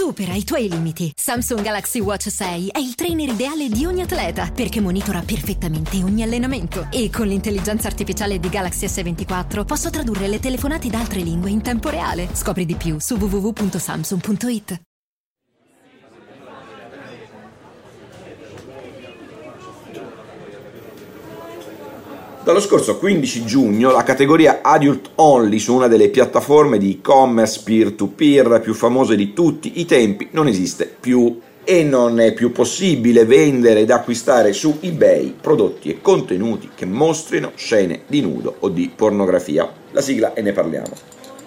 Supera i tuoi limiti. Samsung Galaxy Watch 6 è il trainer ideale di ogni atleta perché monitora perfettamente ogni allenamento. E con l'intelligenza artificiale di Galaxy S24 posso tradurre le telefonate da altre lingue in tempo reale. Scopri di più su www.samsung.it. Dallo scorso 15 giugno la categoria Adult Only su una delle piattaforme di e-commerce peer-to-peer più famose di tutti i tempi non esiste più e non è più possibile vendere ed acquistare su eBay prodotti e contenuti che mostrino scene di nudo o di pornografia. La sigla e ne parliamo.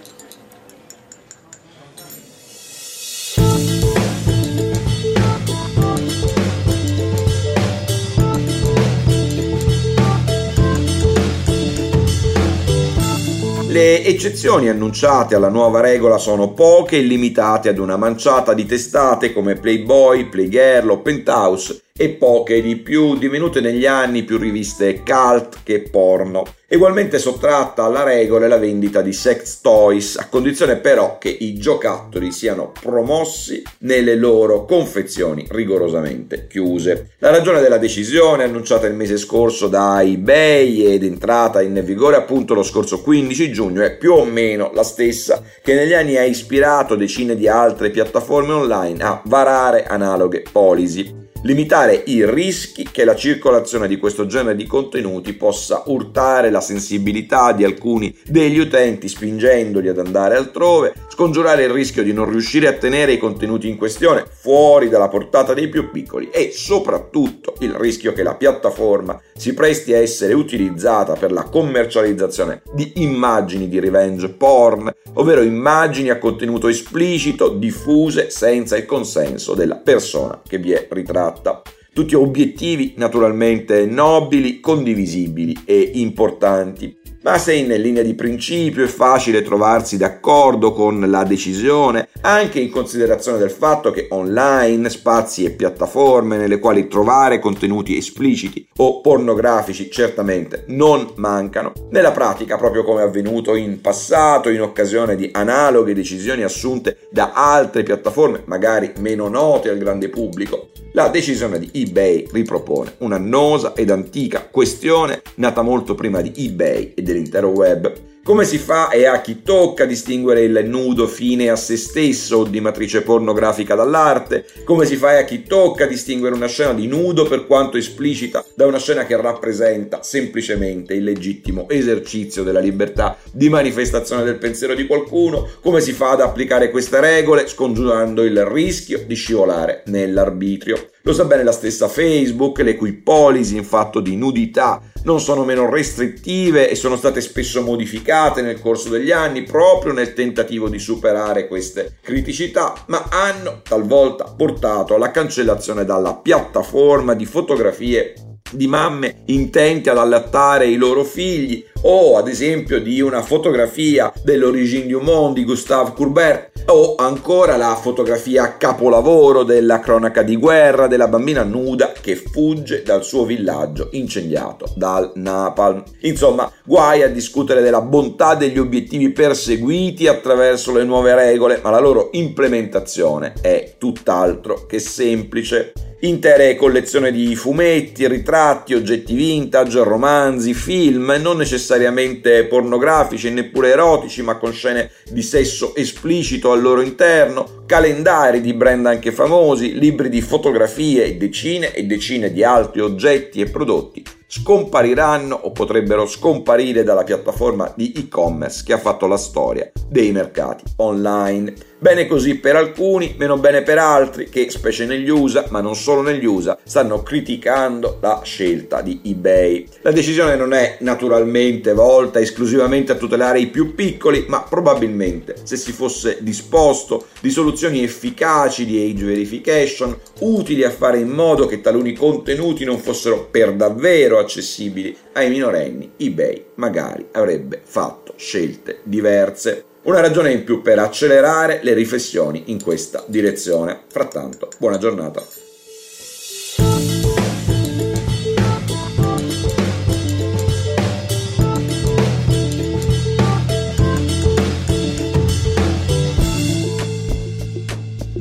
Le eccezioni annunciate alla nuova regola sono poche e limitate ad una manciata di testate come Playboy, Playgirl o Penthouse e poche di più, divenute negli anni più riviste cult che porno. Ugualmente sottratta alla regola è la vendita di sex toys, a condizione però che i giocattoli siano promossi nelle loro confezioni rigorosamente chiuse. La ragione della decisione, annunciata il mese scorso da eBay ed entrata in vigore appunto lo scorso 15 giugno, è più o meno la stessa che negli anni ha ispirato decine di altre piattaforme online a varare analoghe policy. Limitare i rischi che la circolazione di questo genere di contenuti possa urtare la sensibilità di alcuni degli utenti spingendoli ad andare altrove, scongiurare il rischio di non riuscire a tenere i contenuti in questione fuori dalla portata dei più piccoli e soprattutto il rischio che la piattaforma si presti a essere utilizzata per la commercializzazione di immagini di revenge porn, ovvero immagini a contenuto esplicito diffuse senza il consenso della persona che vi è ritratta. Tutti obiettivi naturalmente nobili, condivisibili e importanti. Ma se in linea di principio è facile trovarsi d'accordo con la decisione, anche in considerazione del fatto che online, spazi e piattaforme nelle quali trovare contenuti espliciti o pornografici certamente non mancano, nella pratica, proprio come è avvenuto in passato in occasione di analoghe decisioni assunte da altre piattaforme, magari meno note al grande pubblico, la decisione di eBay ripropone un'annosa ed antica questione nata molto prima di eBay e dell'intero web. Come si fa e a chi tocca distinguere il nudo fine a se stesso o di matrice pornografica dall'arte? Come si fa e a chi tocca distinguere una scena di nudo per quanto esplicita da una scena che rappresenta semplicemente il legittimo esercizio della libertà di manifestazione del pensiero di qualcuno? Come si fa ad applicare queste regole scongiurando il rischio di scivolare nell'arbitrio? Lo sa bene la stessa Facebook, le cui policy in fatto di nudità non sono meno restrittive e sono state spesso modificate nel corso degli anni proprio nel tentativo di superare queste criticità, ma hanno talvolta portato alla cancellazione dalla piattaforma di fotografie di mamme intente ad allattare i loro figli o ad esempio di una fotografia dell'Origine du Monde di Gustave Courbet o ancora la fotografia capolavoro della cronaca di guerra della bambina nuda che fugge dal suo villaggio incendiato dal napalm. Insomma, guai a discutere della bontà degli obiettivi perseguiti attraverso le nuove regole, ma la loro implementazione è tutt'altro che semplice. Intere collezioni di fumetti, ritratti, oggetti vintage, romanzi, film, non necessariamente pornografici e neppure erotici, ma con scene di sesso esplicito al loro interno, calendari di brand anche famosi, libri di fotografie e decine di altri oggetti e prodotti scompariranno o potrebbero scomparire dalla piattaforma di e-commerce che ha fatto la storia dei mercati online. Bene così per alcuni, meno bene per altri che, specie negli USA, ma non solo negli USA, stanno criticando la scelta di eBay. La decisione non è naturalmente volta esclusivamente a tutelare i più piccoli, ma probabilmente, se si fosse disposto di soluzioni efficaci di age verification, utili a fare in modo che taluni contenuti non fossero per davvero accessibili ai minorenni, eBay magari avrebbe fatto scelte diverse. Una ragione in più per accelerare le riflessioni in questa direzione. Frattanto, buona giornata.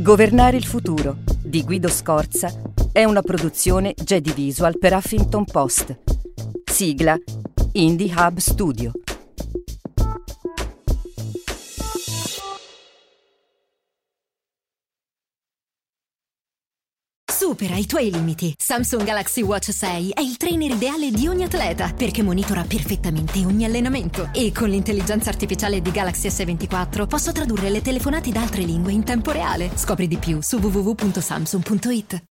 Governare il futuro di Guido Scorza è una produzione Jedi Visual per Huffington Post. Sigla Indie Hub Studio. Supera i tuoi limiti. Samsung Galaxy Watch 6 è il trainer ideale di ogni atleta perché monitora perfettamente ogni allenamento e con l'intelligenza artificiale di Galaxy S24 posso tradurre le telefonate da altre lingue in tempo reale. Scopri di più su www.samsung.it.